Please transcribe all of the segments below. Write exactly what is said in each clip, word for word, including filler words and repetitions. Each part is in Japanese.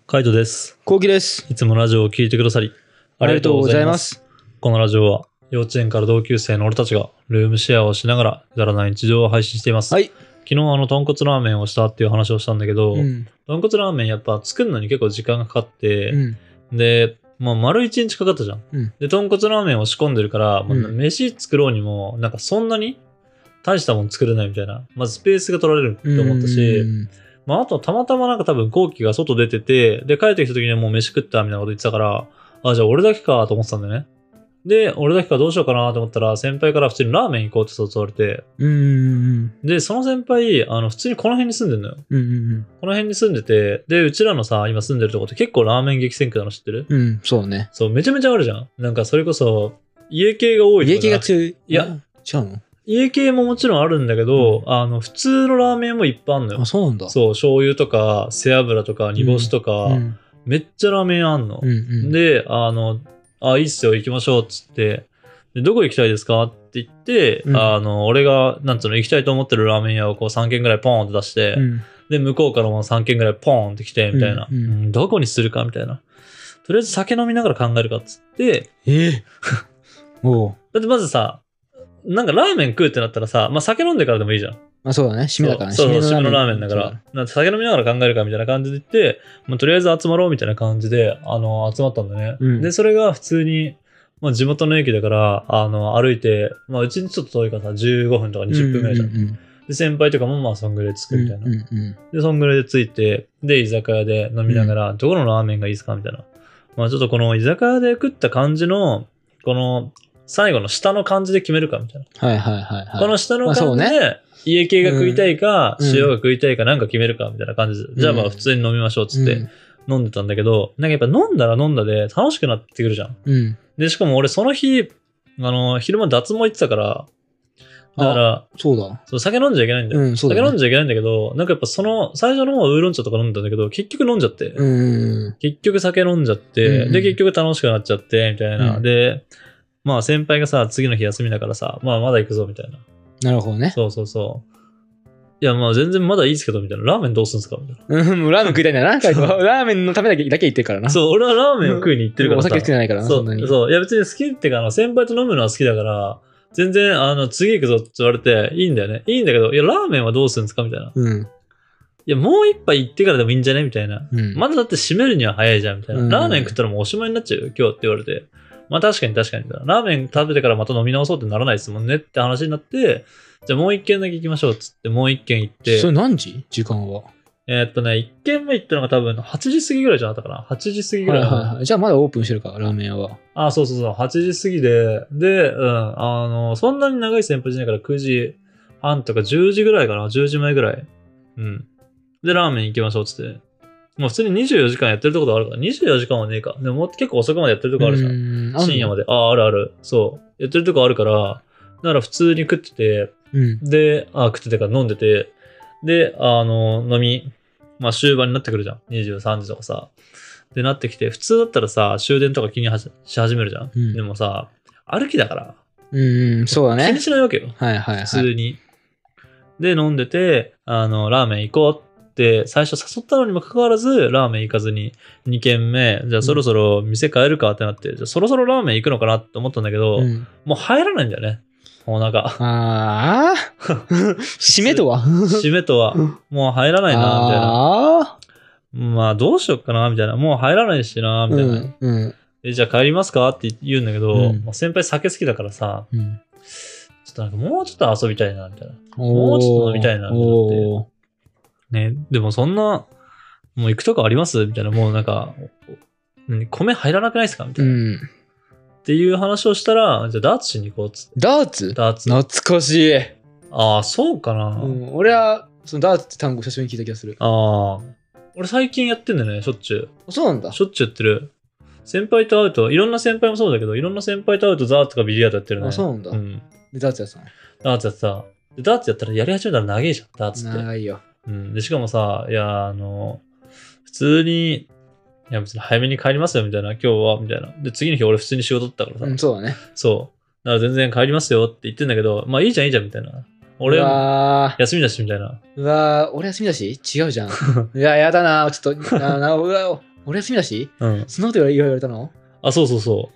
カイトです。 コウキです。 いつもラジオを聞いてくださりありがとうございます。 このラジオは幼稚園から同級生の俺たちがルームシェアをしながらくだらない日常を配信しています。 はい。 昨日あの豚骨ラーメンをしたっていう話をしたんだけど、 うん、 豚骨ラーメンやっぱ作るのに結構時間がかかって、 うん、 で、まあ丸一日かかったじゃん。 うん、 で、豚骨ラーメンを仕込んでるから、 うんまあ、飯作ろうにもなんかそんなに大したもん作れないみたいな。まずスペースが取られるって思ったし、 うんまあ、あとたまたまなんか多分後期が外出てて、で、帰ってきた時にはもう飯食ったみたいなこと言ってたから、あ、じゃあ俺だけかと思ってたんだよね。で、俺だけかどうしようかなと思ったら、先輩から普通にラーメン行こうって誘われて、 うん、 で、その先輩、あの、普通にこの辺に住んでんのよ。 うん、 この辺に住んでて、で、うちらのさ、今住んでるとこって結構ラーメン激戦区なの知ってる？ うん、そうね。 そう、めちゃめちゃあるじゃん。なんかそれこそ、家系が多いとか。 家系が強い。 いや、 違うの？ 家系ももちろんあるんだけど、うん、あの、普通のラーメンもいっぱいあるのよ。 あ、そうなんだ。 そう、醤油とか、背脂とか、煮干しとか、 うんうん、 めっちゃラーメンあんの。 うんうん、 で、あの、あ、いいっすよ、行きましょう、っつって、でどこ行きたいですかって言って、うん、あの、俺が、なんつうの、行きたいと思ってるラーメン屋をこうさんけんぐらいポーンって出して、うん、で、向こうからもさんけんぐらいポーンって来て、みたいな、うんうん。どこにするかみたいな。とりあえず酒飲みながら考えるかっつって、 えー、おうだってまずさ、なんかラーメン食うってなったらさ、まあ酒飲んでからでもいいじゃん。 まあそうだね。締めだからね。 そう、締めのラーメンだから。なんか酒飲みながら考えるかみたいな感じで言って、まあ、とりあえず集まろうみたいな感じで、あの、集まったんだね。うん、で、それが普通に、まあ地元の駅だから、あの、歩いて、まあうちにちょっと遠いからさ、じゅうごふんとかにじゅっぷんぐらいじゃん。うんうんうん、で、先輩とかもまあそんぐらい着くみたいな。うんうんうん、で、そんぐらいで着いて、で、居酒屋で飲みながら、うん、どこのラーメンがいいですかみたいな。まあちょっとこの居酒屋で食った感じの、この、最後の下の感じで決めるかみたいな。 はいはいはい、はい。 この下の感じで、ね、家系が食いたいか、うん、塩が食いたいかなんか決めるかみたいな感じで、うん、じゃあまあ普通に飲みましょうっつって飲んでたんだけど、うん、なんかやっぱ飲んだら飲んだで楽しくなってくるじゃん。うん、で、しかも俺その日、あの、昼間脱毛行ってたから、だから、 そうだ。 そう、酒飲んじゃいけないんだよ。うん、そうだね、酒飲んじゃいけないんだけど、なんかやっぱその、最初の方はウーロン茶とか飲んだんだけど、結局飲んじゃって、うん、結局酒飲んじゃって、うん、で、結局楽しくなっちゃって、みたいな。うん、で、まあ先輩がさ、次の日休みだからさ、まあまだ行くぞみたいな。 なるほどね。 そうそうそう。いやまあ全然まだいいですけどみたいな。ラーメンどうするんですかみたいな。うん、もうラーメン食いたいんだよな。ラーメンのためだけだけ言ってるからな。 そう、俺はラーメンを食いに行ってるからさ。 お酒好きじゃないからな。 そう、 そんなに。 そう。いや別に好きってか、あの、先輩と飲むのは好きだから、全然、あの、次行くぞって言われて、いいんだよね。いいんだけど、いや、ラーメンはどうするんですかみたいな。うん。いや、もう一杯行ってからでもいいんじゃねみたいな。うん。まだだって閉めるには早いじゃんみたいな。うん、ラーメン食ったらもうおしまいになっちゃうよ、今日って言われて。まあ確かに確かに。ラーメン食べてからまた飲み直そうってならないですもんねって話になって、じゃあもう一軒だけ行きましょうっつってもう一軒行って。 それ何時？時間は。 えー、っとね、一軒目行ったのが多分はちじ過ぎぐらいじゃなかったかな。はちじ過ぎぐらい。はいはいはい。 じゃあまだオープンしてるか、ラーメン屋は。 あ、そうそうそう。はちじ過ぎで、で、うん、あの、そんなに長い先輩じゃないからくじはんとかじゅうじぐらいかな。じゅうじまえぐらい。うん。で、ラーメン行きましょうっつって。もう普通ににじゅうよじかんやってるところあるから。にじゅうよじかんはねえか。でももっと結構遅くまでやってるとこあるじゃん。ん深夜まで。ああ、あるある。そう。やってるとこあるから、だから普通に食ってて、うん、で、あ食っててから飲んでて、で、あの、飲み、まあ終盤になってくるじゃん。にじゅうさんじとかさ。で、なってきて、普通だったらさ、終電とか気にし始めるじゃん。うん、でもさ、歩きだから。 うん、そうだね。 気にしないわけよ。 はいはいはい。 普通に。で、飲んでて、あの、ラーメン行こうって最初誘ったのにもかかわらず、ラーメン行かずににけんめ、じゃあそろそろ店変えるかってなって、うん、じゃあそろそろラーメン行くのかなって思ったんだけど、うん、もう入らないんだよね。お腹。 ああ。締めとは締めとは。もう入らないな、みたいな。まあどうしよっかな、みたいな。もう入らないしな、みたいな。うんうん、えじゃあ帰りますかって言うんだけど、うん、先輩酒好きだからさ、うん、ちょっとなんかもうちょっと遊びたいな、みたいな。もうちょっと飲みたいな、みたいなって。ね、でもそんな、もう行くとこありますみたいな。もうなんか、米入らなくないですかみたいな。うんっていう話をしたら、じゃあダーツしに行こうっつって。 ダーツダーツ。 懐かしい。 ああ、そうかな、 うん。俺は、そのダーツって単語久しぶりに聞いた気がする。 ああ。俺最近やってんだよね、しょっちゅう。そうなんだ。 しょっちゅうやってる。先輩と会うと、いろんな先輩もそうだけど、いろんな先輩と会うとダーツかビリヤードやってるね。 あ、そうなんだ。うん。で、ダーツやってたの？ ダーツやってた。で、ダーツやったらやり始めたら長いじゃん、ダーツって。 長いよ。 うん。で、しかもさ、いや、あの、普通に、いや別に早めに帰りますよみたいな、今日はみたいな。で、次の日俺普通に仕事だったからさ。 うん、そうだね。 そう。だから全然帰りますよって言ってんだけど、まあいいじゃんいいじゃんみたいな。俺は休みだしみたいな。 うわー、俺休みだし違うじゃん。いや、やだなちょっと、あなうわ俺休みだしうん。 そんなこと言われたの？ あ、そうそうそう。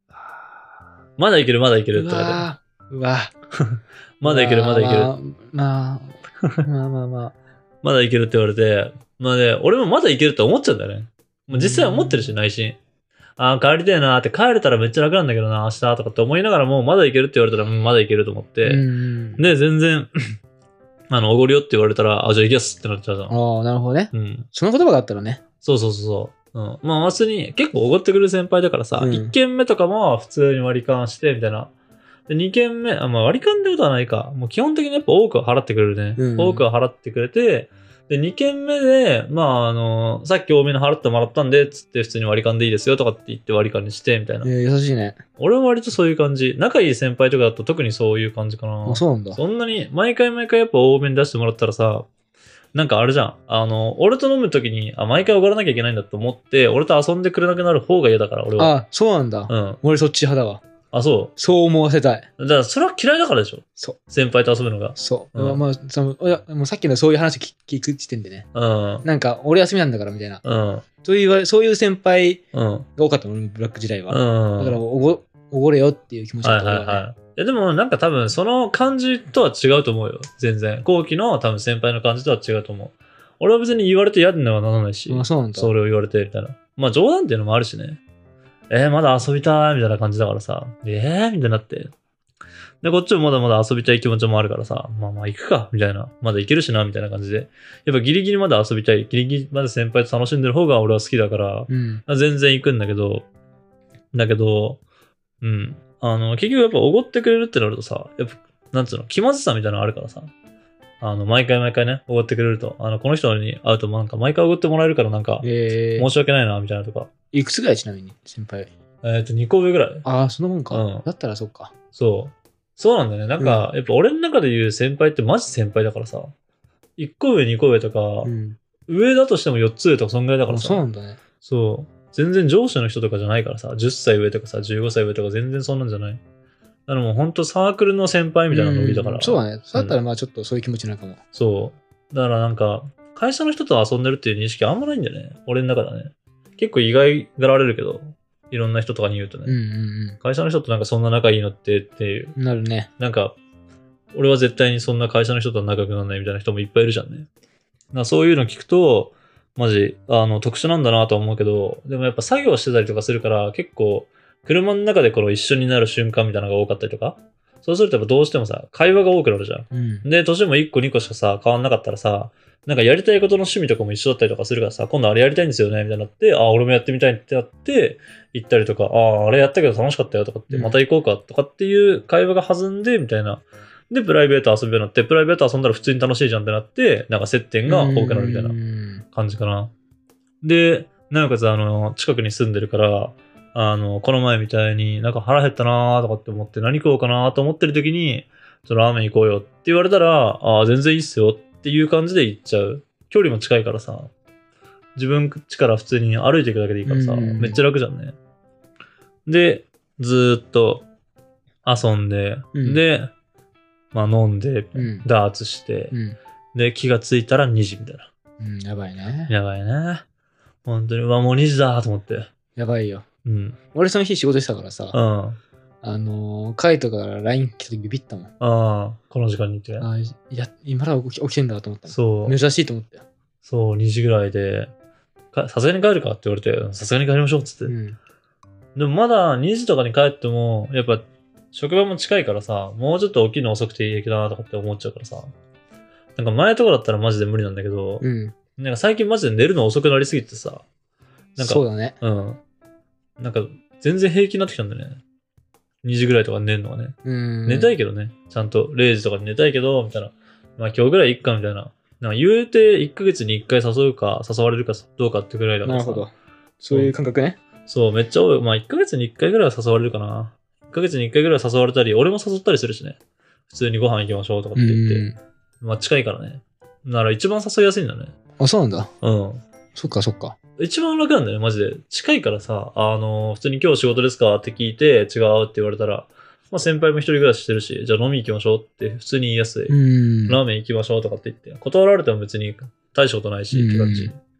まだいける、まだいけるっうて言われて。 わーうわまだいける、まだいける。 まあ、まあ、まあまあまあ。 まだいけるって言われて。まあね、俺もまだいけるって思っちゃうんだよね。もう実際思ってるし、内心。ああ、帰りたいなーって、帰れたらめっちゃ楽なんだけどな、明日とかって思いながらも、まだいけるって言われたら、うんまだいけると思って。 うん。 で、全然、あの、おごるよって言われたら、あ、じゃあ行きますってなっちゃうじゃん。 ああ、なるほどね。 うん。 その言葉があったらね。 そうそうそうそう。うん。まあ、普通に結構おごってくれる先輩だからさ、 うんいっ軒目とかも普通に割り勘して、みたいな。で、に軒目、あ、まあ割り勘ってことはないか。もう基本的にやっぱ多くは払ってくれるね。 うん多くは払ってくれて、で、に軒目で、まあ、あの、さっき多めの払ってもらったんで、つって普通に割り勘でいいですよとかって言って割り勘にして、みたいな。 えー、優しいね。 俺は割とそういう感じ。仲いい先輩とかだと特にそういう感じかな。 あ、そうなんだ。 そんなに、毎回毎回やっぱ多めに出してもらったらさ、なんかあれじゃん。あの、俺と飲むときに、あ、毎回おごらなきゃいけないんだと思って、俺と遊んでくれなくなる方が嫌だから、俺は。 あ、そうなんだ。 うん。 俺そっち派だわ。 あ、そそう思わせたい。 う。だから、それは嫌いだからでしょ。 そう。 先輩と遊ぶのが。 そう。 うんまあ、その、いや、もうさっきのそういう話聞聞く時点でね。 うん。 なんか、俺休みなんだからみたいな。 うん。 そういう、そういう先輩うん。 が多かったの、俺もブラック時代は。 うん。 だから、おご、おごれよっていう気持ちだはいった俺はね。 はいはい。いやでもなんか多分その感じとは違うと思うよ。全然。後期の多分先輩の感じとは違うと思う。俺は別に言われて嫌にはならないし。 あ、そうなんだ。 それを言われてみたいな。まあ冗談っていうのもあるしね。えー、まだ遊びたいみたいな感じだからさ。えーみたいになって。で、こっちもまだまだ遊びたい気持ちもあるからさ。まあまあ行くかみたいな。まだ行けるしなみたいな感じで。やっぱギリギリまだ遊びたい。ギリギリまで先輩と楽しんでる方が俺は好きだから。 うん。 全然行くんだけど。だけど、うん。あの、結局やっぱおごってくれるってなるとさ、やっぱ、なんつうの、気まずさみたいなのあるからさ。あの、毎回毎回ね、おごってくれると、あの、この人に会うと、なんか、毎回おごってもらえるから、なんか、 えー、 申し訳ないな、みたいなとか。 いくつぐらいちなみに、先輩。 えっと、にこ上ぐらい。 ああ、そんなもんか。 うんだったらそうか。 そう。そうなんだよね。なんか、やっぱ俺の中で言う先輩ってマジ先輩だからさ。いっこ上、にこ上とか、 うん。 上だとしてもよっつ上とか、そんぐらいだからあ、 さ。 そうなんだね。 そう。全然上司の人とかじゃないからさ、じゅっさい上とかさ、じゅうごさい上とか全然そんなんじゃない。だからもうほんとサークルの先輩みたいなノリだから。 うんそうだね。そうだったらまあちょっとそういう気持ちになるかも。 そう。だからなんか、会社の人と遊んでるっていう認識あんまないんだよね。俺の中ではね。結構意外がられるけど、いろんな人とかに言うとね。 うんうん会社の人となんかそんな仲いいのってっていう。 うん。なるね。 なんか、俺は絶対にそんな会社の人とは仲良くならないみたいな人もいっぱいいるじゃんね。だからそういうの聞くと、マジ、あの、特殊なんだなとは思うけど、でもやっぱ作業してたりとかするから、結構、車の中でこの一緒になる瞬間みたいなのが多かったりとか、そうするとやっぱどうしてもさ、会話が多くなるじゃん。 うん。 で、年もいっこにこしかさ、変わんなかったらさ、なんかやりたいことの趣味とかも一緒だったりとかするからさ、今度あれやりたいんですよね、みたいになって、あ、俺もやってみたいってなって、行ったりとか、あ、あれやったけど楽しかったよとかって、 うんまた行こうかとかっていう会話が弾んで、みたいな。で、プライベート遊ぶようになって、プライベート遊んだら普通に楽しいじゃんってなって、なんか接点が多くなるみたいなうん感じかな。で、なおかつあの、近くに住んでるから、あの、この前みたいになんか腹減ったなーとかって思って何食おうかなーと思ってる時に、ちょっとラーメン行こうよって言われたら、ああ、全然いいっすよっていう感じで行っちゃう。距離も近いからさ、自分家から普通に歩いていくだけでいいからさ、 うんめっちゃ楽じゃんね。で、ずーっと遊んで、 うんで、まあ飲んで、 うん。 ダーツして、 うん。 で、気がついたらにじみたいな。 うん。やばいね。 やばいね。本当に、うわ、もうにじだと思って。 やばいよ。 うん。 俺その日仕事してたからさ、 うん。ああのー、カイトから ライン 来た時ビビったもん。 あ、この時間に行って。 あいや、今だ起き起きてんだと思ったの。 そう。 珍しいと思ったよ。 そう、にじぐらいで、かさすがに帰るかって言われて、さすがに帰りましょうっつって。 うん。 でもまだにじとかに帰っても、やっぱ職場も近いからさ、もうちょっと起きるの遅くていいけどなとかって思っちゃうからさ。なんか前とかだったらマジで無理なんだけど、 うん。 なんか最近マジで寝るの遅くなりすぎてさ、なんか、 そうだね。 うん。なんか全然平気になってきたんだよね。にじぐらいとか寝るのはね。 うん。 寝たいけどね。ちゃんとれいじとかに寝たいけど、みたいな。まあ今日ぐらいいっかみたいな。なんか言うていっかげつにいっかい誘うか、誘われるかどうかってぐらいだからさ。 なるほど。そういう感覚ね。 そう、めっちゃ多い。まあいっかげつにいっかいぐらいは誘われるかな。いっかげつにいっかいぐらいは誘われたり、俺も誘ったりするしね。普通にご飯行きましょうとかって言って。 うん。 まあ近いからね。なら一番誘いやすいんだね。 あ、そうなんだ。 うん。 そっかそっか。 一番楽なんだよね、マジで。近いからさ、あの、普通に今日仕事ですかって聞いて、違うって言われたら、まあ先輩も一人暮らししてるし、じゃあ飲み行きましょうって普通に言いやすい。 うん。 ラーメン行きましょうとかって言って、断られても別に大したことないし、って感じ。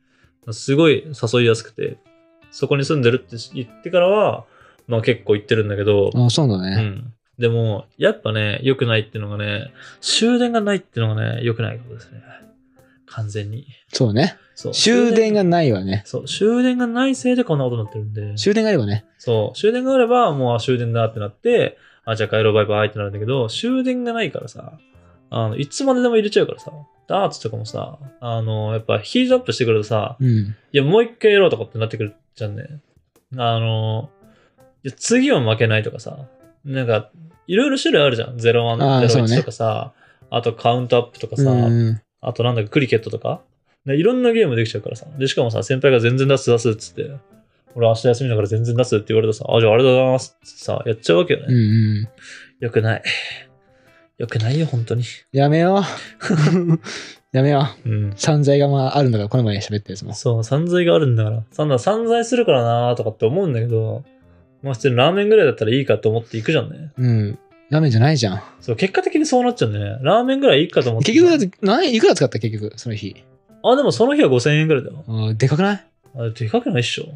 すごい誘いやすくて、そこに住んでるって言ってからは、まあ結構行ってるんだけど、 あ、そうだうね。 ん。でも、やっぱね、良くないっていうのがね、終電がないっていうのがね、良くないことですね。完全に。 そうね。 そう終電がないわね。 そう、終電がないせいでこんなことになってるんで。 終電があればね。 そう、終電があれば、もうあ終電だってなって、あ、じゃあ帰ろうバイバイってなるんだけど、終電がないからさ、あの、いつまででも入れちゃうからさ、ダーツとかもさ、あの、やっぱヒートアップしてくるとさ、 うん。 いや、もう一回やろうとかってなってくるじゃんね。あの、いや次は負けないとかさ、なんか、いろいろ種類あるじゃん。ゼロワン、 あーゼロそうねイチとかさ、あとカウントアップとかさ、 うん。 あとなんだかクリケットとか、ねいろんなゲームできちゃうからさ。で、しかもさ、先輩が全然出す出すっつって、俺明日休みだから全然出すって言われたらさ、あ、じゃあありがとうございますってさ、やっちゃうわけよね。 うんうん。 よくない。よくないよ、本当に。 やめよう。やめよう。 うん。 散財がまああるんだから、この前喋ったやつも。 そう、散財があるんだから。そんな散財するからなーとかって思うんだけど、まあ普通にラーメンぐらいだったらいいかと思って行くじゃんね。 うん。ラーメンじゃないじゃん。 そう、結果的にそうなっちゃうんだよね。ラーメンぐらいいいかと思って。 結局だって、何いくら使った結局、その日。 あ、でもその日はごせんえんぐらいだよ。 あでかくないあれ、でかくないっしょ。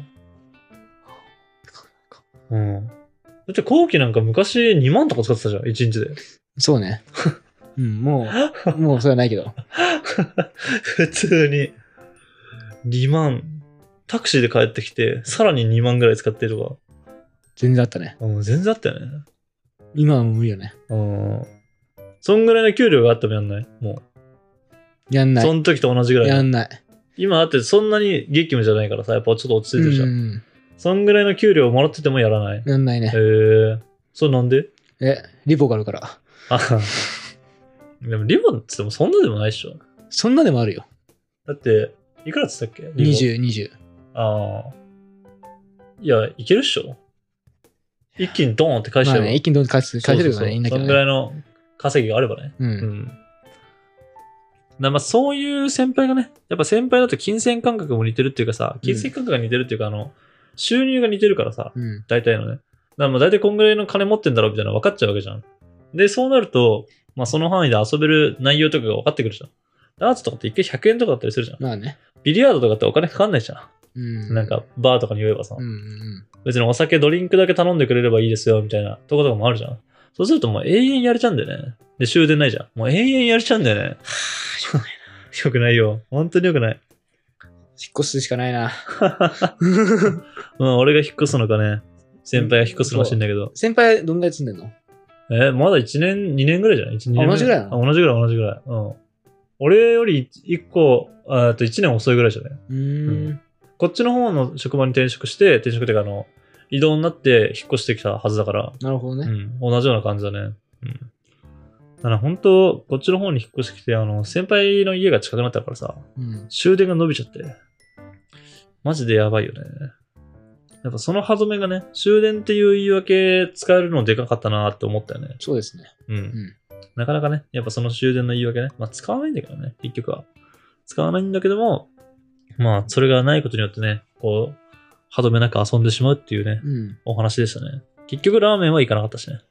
うん。だって後期なんか昔にまんとか使ってたじゃん、いちにちで。 そうね。うん、もう、もうそれはないけど。 普通ににまん。タクシーで帰ってきて、さらににまんぐらい使ってると全然あったね。 か。うん、全然あったよね。 今はもう無理よね。 うん。そんぐらいの給料があってもやんないもう。 やんない。 その時と同じぐらいの。 やんない。 今だってそんなに激務じゃないからさ、やっぱちょっと落ち着いてるじゃん。 うん。 そんぐらいの給料をもらっててもやらない。 やんないねへ。え。それなんでえ、リボがあるから。 あでもリボンって言ってもそんなでもないっしょ。 そんなでもあるよ。 だって、いくらって言ったっけリボンにじゅう、にじゅう。 ああ。いや、いけるっしょ。一気にドーンって返しちゃえば。 まあね、一気にどんどん返す、返せるからね、いいんだけどそんぐらね。 いの稼ぎがあればね。 う。 うんん。だからまあそういう先輩がね、やっぱ先輩だと金銭感覚も似てるっていうかさ、金銭感覚が似てるっていうか、あの、収入が似てるからさ、 うん。 大体のね。だからまあ大体こんぐらいの金持ってんだろうみたいなの分かっちゃうわけじゃん。で、そうなると、まあその範囲で遊べる内容とかが分かってくるじゃん。ダーツとかって一回ひゃくえんとかだったりするじゃん。 まあね。 ビリヤードとかってお金かかんないじゃん。 うん。 なんか、バーとかに言えばさ、 うんうん別にお酒、ドリンクだけ頼んでくれればいいですよ、みたいなとことかもあるじゃん。そうするともう永遠やれちゃうんだよね。で、終電ないじゃん。もう永遠やれちゃうんだよね。よくないよ。本当によくない。 引っ越すしかないな。 まあ、俺が引っ越すのかね。先輩が引っ越すのかもしれないけど。 先輩どんぐらい住んでんのえ、まだいちねん、にねんぐらいじゃない ?いち、にねん。 あ同じぐらいなのあ同じぐらい、同じぐらい。うん。俺よりいっこ、あといちねん遅いぐらいじゃないうーん。 こっちの方の職場に転職して、転職っていうかあの、移動になって引っ越してきたはずだから、 なるほどね。 うん、同じような感じだね。うん。だから本当、こっちの方に引っ越してきて、あの、先輩の家が近くなったからさ、 うん。 終電が伸びちゃって、マジでやばいよね。やっぱその歯止めがね、終電っていう言い訳使えるのでかかったなって思ったよね。 そうですね。 うん。 んなかなかね、やっぱその終電の言い訳ね、まあ使わないんだけどね、結局は。使わないんだけども、まあそれがないことによってね、こう、歯止めなく遊んでしまうっていうね、 うん。 お話でしたね。結局ラーメンは行かなかったしね。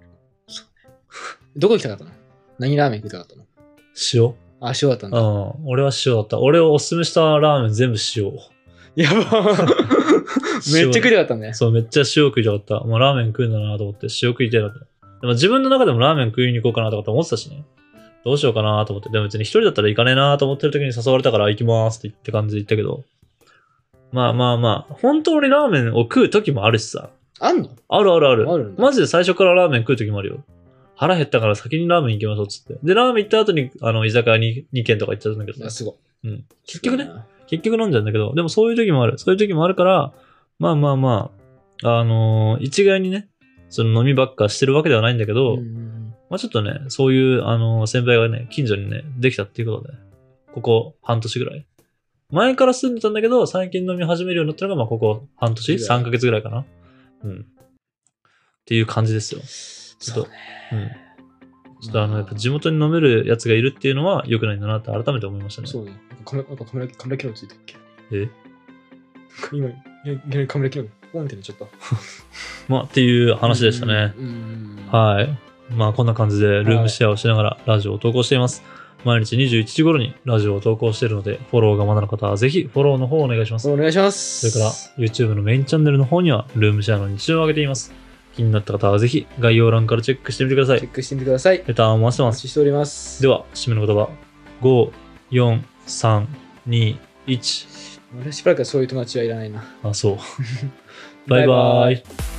どこ行きたかったの何ラーメン食いたかったの塩。 あ、塩だったんだ。 うん。俺は塩だった。俺をおすすめしたラーメン全部塩。 やばめっちゃ食いたかったね。 そう、めっちゃ塩食いたかった。もうラーメン食うんだなと思って塩食いたいなと。でも自分の中でもラーメン食いに行こうかなとかって思ってたしね。どうしようかなと思って。でも別に一人だったら行かねえなと思ってる時に誘われたから行きますって言って感じで言ったけど。まあまあまあ、本当にラーメンを食う時もあるしさ。 あんのあるあるある。 あるんだマジで最初からラーメン食う時もあるよ。腹減ったから先にラーメン行きましょうっつって。で、ラーメン行った後に、あの、居酒屋にに軒とか行っちゃったんだけどさ。 いやすごい。 うん。結局ね、結局飲んじゃうんだけど、でもそういう時もある。そういう時もあるから、まあまあまあ、あのー一概にね、その飲みばっかしてるわけではないんだけど、 うんうんまあちょっとね、そういう、あのー先輩がね、近所にね、できたっていうことで、ここ半年ぐらい。前から住んでたんだけど、最近飲み始めるようになったのが、まあここ半年 ?さん ヶ月ぐらいかな。うん。っていう感じですよ。ちょっと、 そうね。 うん。ちょっとあの、やっぱ地元に飲めるやつがいるっていうのは良くないんだなって改めて思いましたね。 そうね。なんかカメラ、なんかカメラ、カメラ機能ついてるっけえ今、いきなりカメラ機能ポンってなっちゃった。 まあっていう話でしたね。 うんうんうん。 はい。まあこんな感じでルームシェアをしながらラジオを投稿しています。 毎日にじゅういちじ頃にラジオを投稿しているので、フォローがまだの方はぜひフォローの方をお願いします。 お願いします。 それから YouTube のメインチャンネルの方にはルームシェアの日常を上げています。気になった方はぜひ概要欄からチェックしてみてください。 チェックしてみてください。 レターを回しておます。 待ちしております。 では、締めの言葉。ご、よん、さん、に、いち。 俺しばらくはそういう友達はいらないな。 あ、そう。バイバーイ。